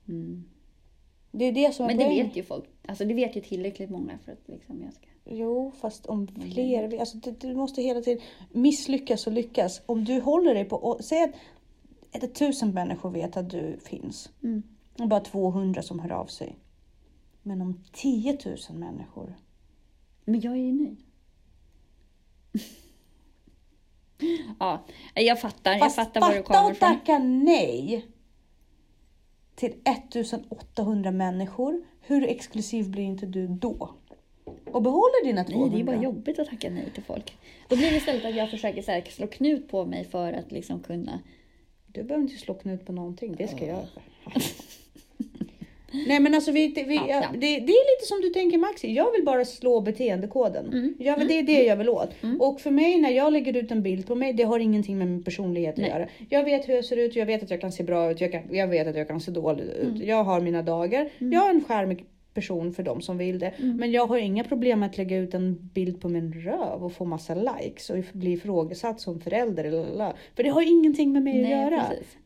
Det är det som är men det vet ju folk. Alltså det vet ju tillräckligt många för att liksom jag ska... Jo, fast om fler... Alltså du måste hela tiden misslyckas och lyckas. Om du håller dig på... Och säg att 1000 människor vet att du finns. Och bara 200 som hör av sig. Men om 10 000 människor... Men jag är ju nöjd. Ja, jag fattar. Jag fattar var du kommer ifrån. Fatta och tacka nej till 1800 människor. Hur exklusiv blir inte du då? Och behåller dina 200. Nej, det är bara jobbigt att tacka nej till folk. Då blir det istället att jag försöker så här, slå knut på mig för att liksom kunna... Du behöver inte slå knut på någonting. Det ska jag. Nej, men alltså det är lite som du tänker, Maxi. Jag vill bara slå beteendekoden. Det är det jag vill åt. Och för mig, när jag lägger ut en bild på mig, det har ingenting med min personlighet att göra. Jag vet hur jag ser ut. Jag vet att jag kan se bra ut. Jag vet att jag kan se dåligt ut. Jag har mina dagar. Jag är en charmig person för dem som vill det. Men jag har inga problem med att lägga ut en bild på min röv och få massa likes och bli ifrågasatt som förälder. För det har ingenting med mig att göra.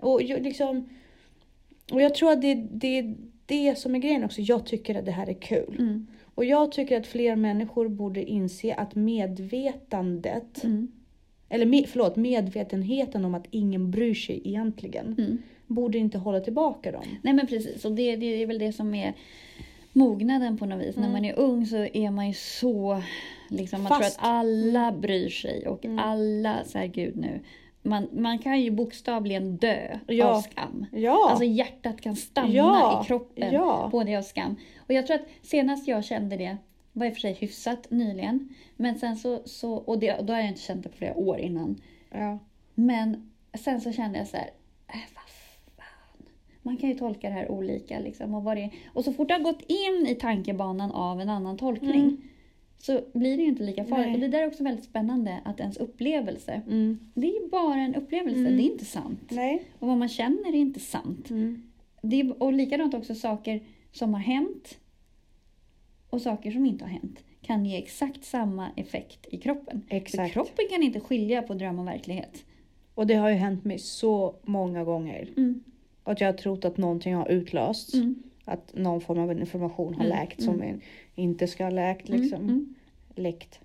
Och jag tror att det är det som är grejen också. Jag tycker att det här är kul. Och jag tycker att fler människor borde inse att medvetandet eller medvetenheten om att ingen bryr sig egentligen borde inte hålla tillbaka dem. Nej, men precis. Och det är väl det som är mognaden på något vis. När man är ung så är man ju så liksom, man tror att alla bryr sig och alla så här, gud nu. Man kan ju bokstavligen dö av skam. Ja. Alltså hjärtat kan stanna i kroppen på det av skam. Och jag tror att senast jag kände det var i och för sig hyfsat nyligen. Men sen så och då har jag inte känt det på flera år innan. Ja. Men sen så kände jag så här, vad fan. Man kan ju tolka det här olika liksom. Och så fort det har gått in i tankebanan av en annan tolkning. Så blir det ju inte lika farligt. Och det där är också väldigt spännande. Att ens upplevelse. Det är ju bara en upplevelse. Det är inte sant. Nej. Och vad man känner är inte sant. Och likadant också saker som har hänt. Och saker som inte har hänt. Kan ge exakt samma effekt i kroppen. Exakt. För kroppen kan inte skilja på dröm och verklighet. Och det har ju hänt mig så många gånger. Att jag har trott att någonting har utlösts. Att någon form av information har läkt som inte ska ha läkt. Liksom. Läkt.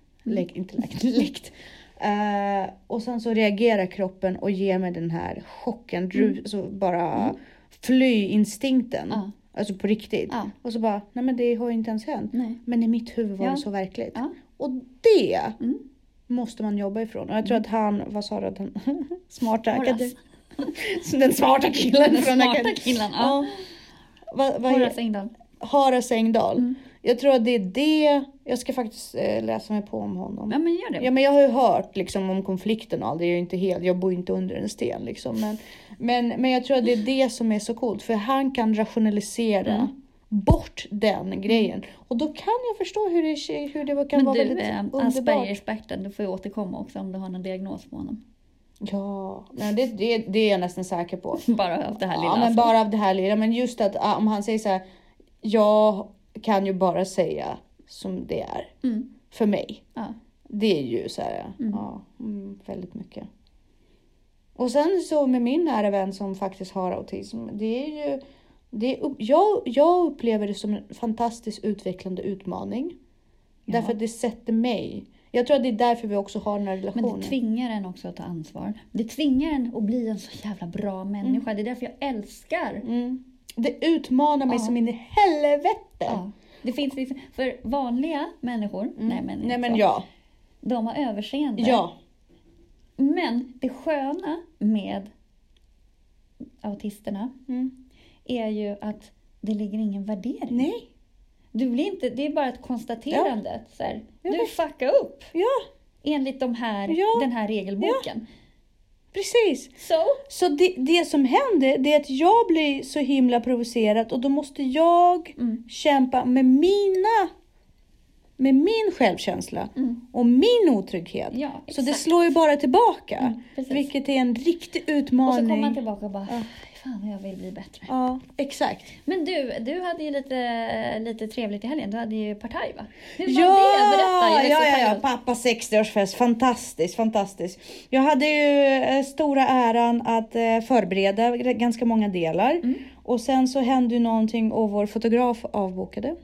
Och sen så reagerar kroppen och ger mig den här chocken. Så bara flyinstinkten. Alltså på riktigt. Och så bara, nej men det har ju inte ens hänt. Nej. Men i mitt huvud var det så verkligt. Och det måste man jobba ifrån. Och jag tror att han, vad sa du? Den smarta den smarta killen. Den smarta killen, Horace Engdahl. Jag tror att det är det. Jag ska faktiskt läsa mig på om honom. Ja, men gör det. Ja, men jag har ju hört liksom om konflikten och allt. Det är ju inte helt, jag bor inte under en sten liksom. Men jag tror att det är det som är så coolt. För han kan rationalisera bort den grejen. Och då kan jag förstå hur det kan vara väldigt underbart. Asperger-experten, du får ju återkomma också om du har någon diagnos på honom. Ja, men det är jag nästan säker på. Bara av det här lilla. Ja, men bara av det här lilla. Men just att om han säger så här, jag kan ju bara säga som det är för mig. Ja. Det är ju så här, väldigt mycket. Och sen så med min nära vän som faktiskt har autism, jag upplever det som en fantastiskt utvecklande utmaning. Ja. Därför att det sätter mig. Jag tror att det är därför vi också har den här relationen. Men det tvingar en också att ta ansvar. Det tvingar en att bli en så jävla bra människa. Det är därför jag älskar. Det utmanar mig som in i helvete. Ja. Det finns liksom, för vanliga människor, de har överseende. Ja. Men det sköna med autisterna är ju att det ligger ingen värdering. Nej. Du blir inte, det är bara ett konstaterande. Ja. Så här, du fuckar upp. Ja. Enligt den här regelboken. Ja. Precis. Så det som händer, det är att jag blir så himla provocerad. Och då måste jag kämpa med min självkänsla och min otrygghet. Ja, så det slår ju bara tillbaka. Vilket är en riktig utmaning. Och så kommer man tillbaka och bara, fan jag vill bli bättre. Ja, exakt. Men du hade ju lite trevligt i helgen. Du hade ju partaj, va? Hur var det? Berätta. Ja. Pappa 60-årsfest. Fantastiskt. Jag hade ju stora äran att förbereda ganska många delar. Och sen så hände ju någonting och vår fotograf avbokade.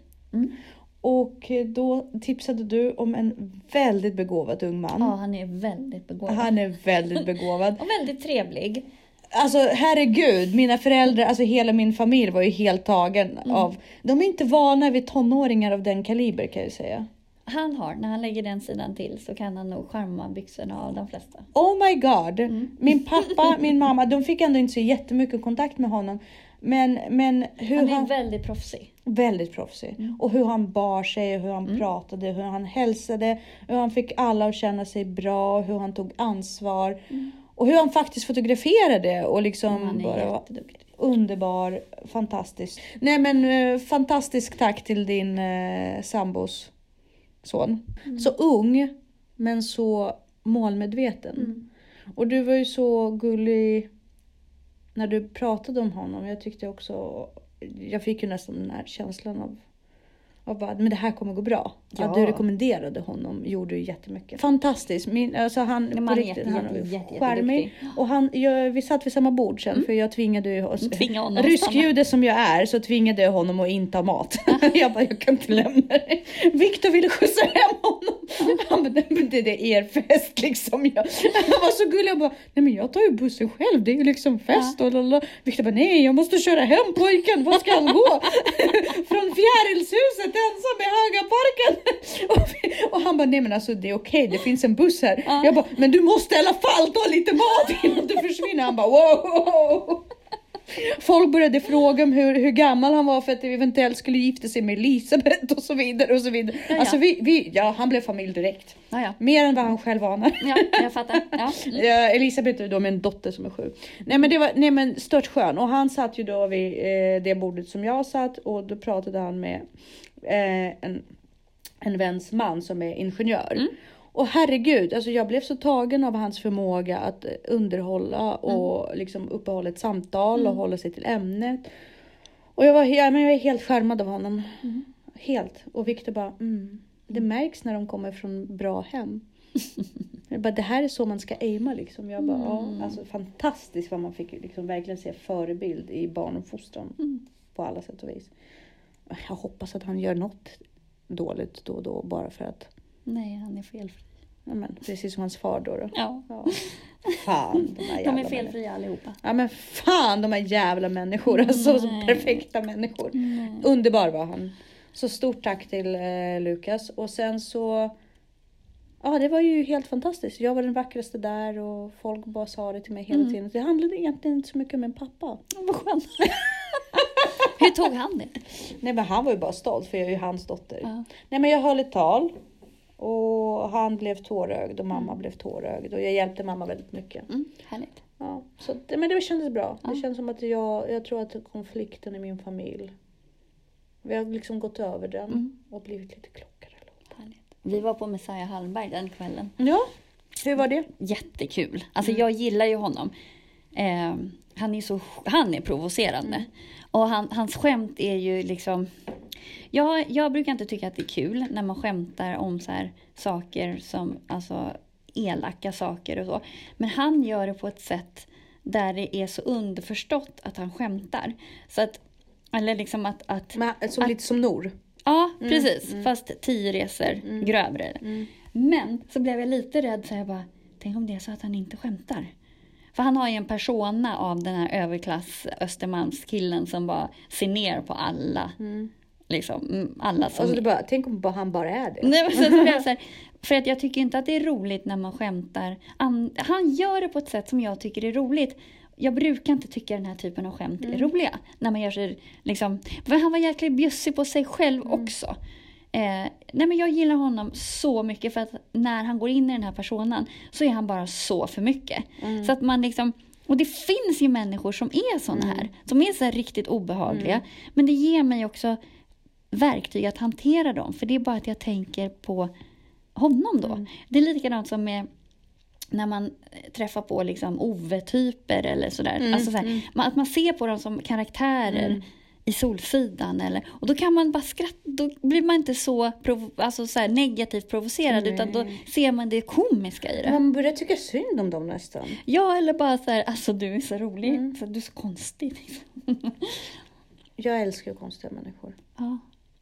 Och då tipsade du om en väldigt begåvad ung man. Ja, han är väldigt begåvad. Och väldigt trevlig. Alltså herregud, mina föräldrar, alltså hela min familj var ju helt tagen av. De är inte vana vid tonåringar av den kaliber, kan jag säga. När han lägger den sidan till så kan han nog charma byxorna av de flesta. Oh my god. Min pappa, min mamma, de fick ändå inte så jättemycket kontakt med honom. Men hur han är väldigt proffsig. Väldigt proffsig. Och hur han bar sig, hur han pratade, hur han hälsade, hur han fick alla att känna sig bra, hur han tog ansvar. Och hur han faktiskt fotograferade och liksom han är bara underbar, fantastisk. Nej men fantastisk tack till din sambos son. Så ung men så målmedveten. Och du var ju så gullig när du pratade om honom. Jag tyckte också, jag fick ju nästan den här känslan av men det här kommer gå bra. Ja. Att du rekommenderade honom gjorde ju jättemycket. Fantastiskt. Han på riktigt, han var charmig. Och vi satt vid samma bord sen. För jag tvingade ju ryskjude som jag är, så tvingade jag honom att inte ha mat. Jag kan inte lämna det. Victor ville skjutsa hem honom. Han bara, det är er fest liksom. Jag var så gullig. Jag bara, nej men jag tar ju bussen själv. Det är ju liksom fest. Och Victor bara, nej jag måste köra hem pojken. Vad ska han gå? Från Fjärilshuset ensam i Hagaparken. Och han bara, nej men alltså det är okej, det finns en buss här. Jag bara, men du måste i alla fall ta lite mat innan du försvinner. Han bara, wow. Folk började fråga om hur gammal han var för att eventuellt skulle gifta sig med Elisabeth och så vidare och så vidare. Ja. Alltså han blev familj direkt. Ja. Mer än vad han själv anar. Ja, jag fattar. Ja. Elisabeth är då med en dotter som är 7. Nej men stört skön. Och han satt ju då vid det bordet som jag satt, och då pratade han med en väns man som är ingenjör. Och herregud, alltså jag blev så tagen av hans förmåga att underhålla och liksom uppehålla ett samtal och hålla sig till ämnet. Och jag var helt skärmad av honom. Helt. Och Victor bara, det märks när de kommer från bra hem. Jag bara, det här är så man ska aima liksom. Jag bara, alltså fantastiskt vad man fick liksom verkligen se förebild i barnuppfostran på alla sätt och vis. Jag hoppas att han gör något dåligt då och då bara för att. Nej, han är felfri. Ja, men precis som hans far då. Ja. Fan, de är felfria allihopa. Ja men fan, de är jävla människor. Alltså så perfekta människor. Underbar var han. Så stort tack till Lukas. Och sen så, ja det var ju helt fantastiskt. Jag var den vackraste där och folk bara sa det till mig hela tiden. Det handlade egentligen inte så mycket om min pappa. Vad skönt. Hur tog han det? Nej, men han var ju bara stolt för jag är ju hans dotter. Ja. Nej, men jag höll ett tal. Och han blev tårögd och mamma blev tårögd. Och jag hjälpte mamma väldigt mycket. Härligt. Ja, så men det kändes bra. Ja. Det känns som att jag tror att konflikten i min familj. Vi har liksom gått över den och blivit lite klokare. Härligt. Vi var på Messiah Hallberg den kvällen. Ja, hur var det? Jättekul. Alltså jag gillar ju honom. Han är provocerande. Och hans skämt är ju liksom... Jag brukar inte tycka att det är kul när man skämtar om så här saker som... Alltså elaka saker och så. Men han gör det på ett sätt där det är så underförstått att han skämtar. Så att... Eller liksom att lite som Nor. Ja, precis. Fast 10 resor grövre. Men så blev jag lite rädd så jag bara... Tänk om det är så att han inte skämtar. För han har ju en persona av den här överklass Östermalmskillen som bara ser ner på alla. Liksom, alla som... Alltså du bara, tänk om han bara är det. Nej, men så blev jag så här, för att jag tycker inte att det är roligt när man skämtar. Han gör det på ett sätt som jag tycker är roligt. Jag brukar inte tycka den här typen av skämt är roliga. När man gör sig liksom... För han var jäkligt bjussig på sig själv också. Nej, men jag gillar honom så mycket för att när han går in i den här personen så är han bara så för mycket. Så att man liksom... Och det finns ju människor som är såna här. Som är så här riktigt obehagliga. Men det ger mig också verktyg att hantera dem. För det är bara att jag tänker på honom då. Det är likadant som med... När man träffar på liksom Ove-typer eller sådär. Alltså så här, att man ser på dem som karaktärer i Solsidan. Och då kan man bara skratta. Då blir man inte så, så här negativt provocerad. Utan då ser man det komiska i det. Man börjar tycka synd om dem nästan. Ja, eller bara så här, alltså du är så rolig. Så, du är så konstig. Liksom. Jag älskar konstiga människor. Ja.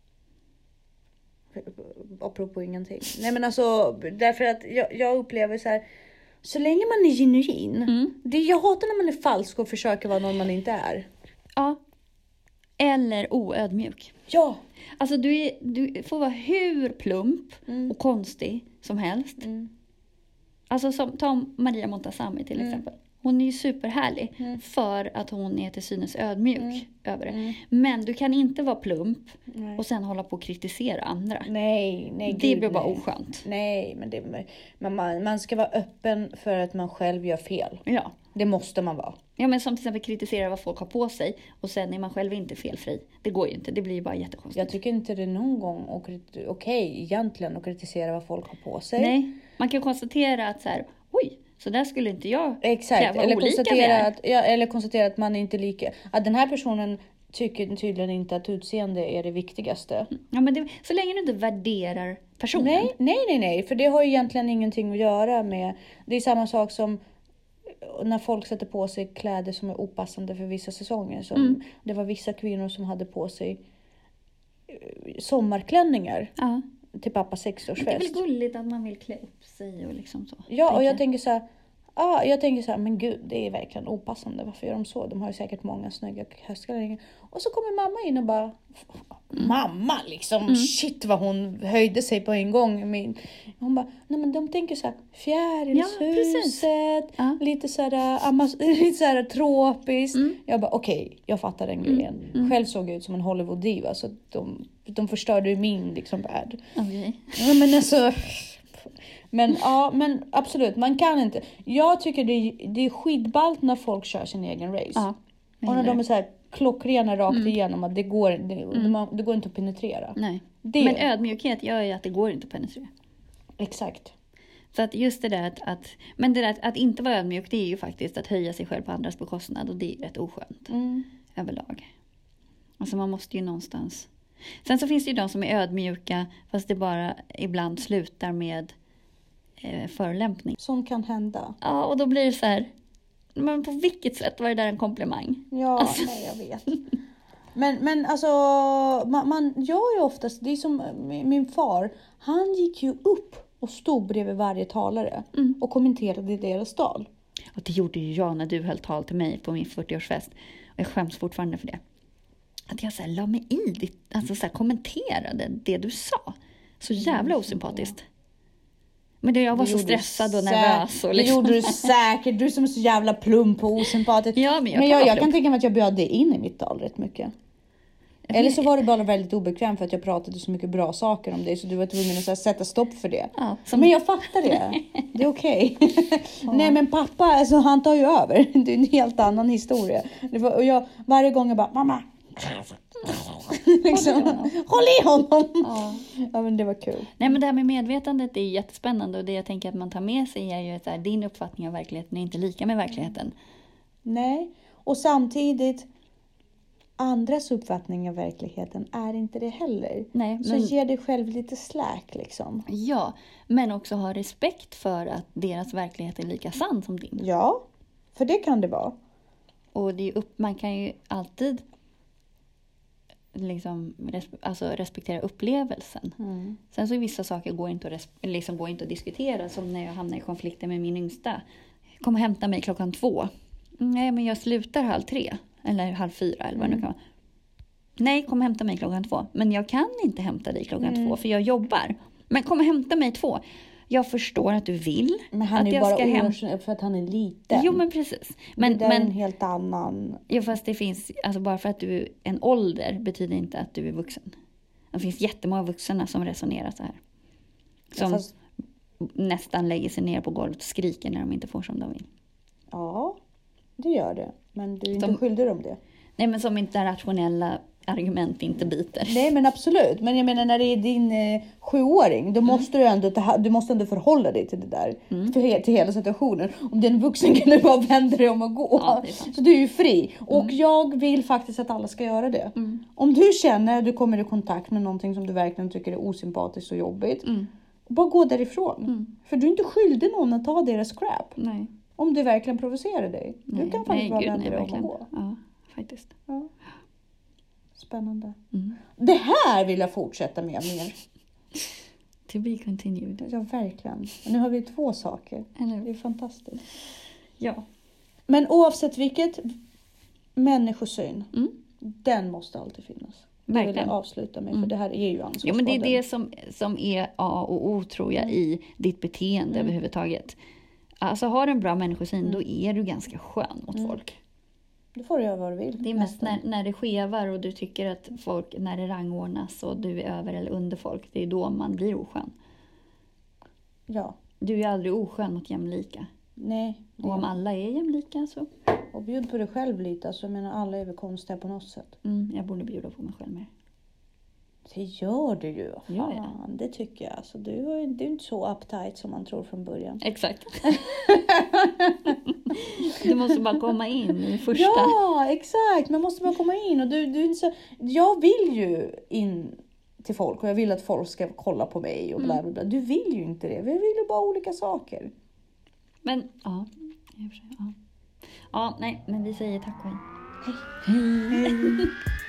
Apropå ingenting. Nej, men alltså, därför att jag upplever så här. Så länge man är genuin. Jag hatar när man är falsk och försöker vara någon man inte är. Ja. Eller oödmjuk. Ja. Alltså du får vara hur plump och konstig som helst. Alltså ta Maria Montazami till exempel. Hon är ju superhärlig för att hon är till synes ödmjuk över det. Men du kan inte vara plump och sen hålla på att kritisera andra. Nej, det blir bara oskönt. Nej, men man ska vara öppen för att man själv gör fel. Ja. Det måste man vara. Ja, men som till exempel kritisera vad folk har på sig och sen är man själv inte felfri. Det går ju inte, det blir ju bara jättekonstigt. Jag tycker inte det är någon gång okej egentligen att kritisera vad folk har på sig. Nej, man kan konstatera att så här, oj, så där skulle inte jag kräva eller konstatera att man är inte lika. Att den här personen tycker tydligen inte att utseende är det viktigaste. Ja, men så länge du inte värderar personen. Nej. För det har ju egentligen ingenting att göra med... Det är samma sak som när folk sätter på sig kläder som är opassande för vissa säsonger. Som det var vissa kvinnor som hade på sig sommarklänningar. Ja. Till pappa 6-årsfest. Det är väl gulligt att man vill klä upp sig och liksom så. Ja, och jag tänker så här, men gud, det är verkligen opassande. Varför gör de så? De har ju säkert många snygga höstklänningar. Och så kommer mamma in och bara, mamma liksom, shit vad hon höjde sig på en gång. Hon bara, nej men de tänker så här, fjärilshuset, lite så här tropiskt. Jag bara, okej, jag fattar den grejen. Själv såg jag ut som en Hollywood-diva, så de förstörde ju min liksom värld. Okay. Ja, men alltså... Men absolut, man kan inte. Jag tycker det är skitballt när folk kör sin egen race. Ja, och när de är så här klockrena rakt igenom att det går inte att penetrera. Nej. Men ödmjukhet gör ju att det går inte att penetrera. Exakt. Så att just det där men det där att inte vara ödmjuk, det är ju faktiskt att höja sig själv på andras bekostnad, och det är rätt oskönt överlag. Alltså man måste ju någonstans. Sen så finns det ju de som är ödmjuka fast det bara ibland slutar med förolämpning. Som kan hända. Ja, och då blir det så här, men på vilket sätt var det där en komplimang? Ja, alltså. Nej, jag vet. Men alltså, man gör ju oftast, det är som min far, han gick ju upp och stod bredvid varje talare och kommenterade deras tal. Och det gjorde ju jag när du höll tal till mig på min 40-årsfest. Och jag skäms fortfarande för det. Att jag så här, la mig i ditt, alltså så här, kommenterade det du sa. Så jävla osympatiskt. Men jag var så stressad och nervös. Och liksom. Det gjorde du säkert. Du som är så jävla plump och osympatisk. Ja, men jag kan tänka mig att jag bjöd dig in i mitt tal rätt mycket. Eller så var du bara väldigt obekväm för att jag pratade så mycket bra saker om dig. Så du var tvungen att så här, sätta stopp för det. Ja, Men jag fattar det. Det är okej. Nej men pappa, alltså, han tar ju över. Det är en helt annan historia. Och jag, varje gång jag bara, mamma. Liksom, håll i honom. Ja men det var kul. Nej men det här med medvetandet är jättespännande. Och det jag tänker att man tar med sig är ju att här, din uppfattning av verkligheten är inte lika med verkligheten. Nej, och samtidigt andras uppfattning av verkligheten är inte det heller. Nej, så ge dig själv lite slack liksom. Ja, men också ha respekt för att deras verklighet är lika sann som din. Ja, för det kan det vara. Och det är man kan ju alltid liksom respektera upplevelsen. Sen så är vissa saker går inte att diskutera, som när jag hamnar i konflikter med min yngsta. Kom och hämta mig 2:00. Nej, men jag slutar 2:30 eller 3:30 eller vad det nu kan vara. Nej, kom och hämta mig 2:00. Men jag kan inte hämta dig 2:00 för jag jobbar. Men kom och hämta mig 2:00. Jag förstår att du vill. Men han att är bara för att han är liten. Jo, men precis. Men det är en helt annan. Jo, fast det finns, alltså bara för att du är en ålder betyder inte att du är vuxen. Det finns jättemånga vuxna som resonerar så här. Som nästan lägger sig ner på golvet och skriker när de inte får som de vill. Ja, det gör det. Men du är inte skyldig om det. Nej, men som inte rationella argument inte biter. Nej, men absolut. Men jag menar när det är din 7-åring, då måste du måste ändå förhålla dig till det där. Till hela situationen. Om det är en vuxen kan du bara vända dig om och gå. Ja, så du är ju fri. Och jag vill faktiskt att alla ska göra det. Om du känner att du kommer i kontakt med någonting som du verkligen tycker är osympatiskt och jobbigt. Bara gå därifrån. För du är inte skyldig någon att ta deras crap. Nej. Om du verkligen provocerar dig. Du kan faktiskt bara vända dig om och gå. Ja, faktiskt. Ja. Spännande. Det här vill jag fortsätta med mer. To be continued. Ja, verkligen. Och nu har vi 2 saker. Eller? Det är fantastiskt. Ja. Men oavsett vilket, människosyn. Den måste alltid finnas. Det vill jag avsluta med. För det här är ju ansvarspodden. Ja, men det är det som är A och O, tror jag, i ditt beteende överhuvudtaget. Alltså har du en bra människosyn, då är du ganska skön mot folk. Då får du göra vad du vill. Det är mest när det skevar och du tycker att folk, när det rangordnas och du är över eller under folk, det är då man blir oskön. Ja. Du är aldrig oskön mot jämlika. Nej. Och om alla är jämlika så... Och bjud på dig själv lite. Alltså, jag menar, alla är väl konstiga på något sätt. Jag borde bjuda på mig själv mer. Det gör du ju. Ja, ja. Det tycker jag. Alltså, du är inte så uptight som man tror från början. Exakt. Du måste bara komma in i första. Ja, exakt. Man måste bara komma in. Och du är inte så... Jag vill ju in till folk. Och jag vill att folk ska kolla på mig. Och bla bla bla. Du vill ju inte det. Vi vill ju bara olika saker. Men, ja. Ja, nej. Men vi säger tack och hej. Hej.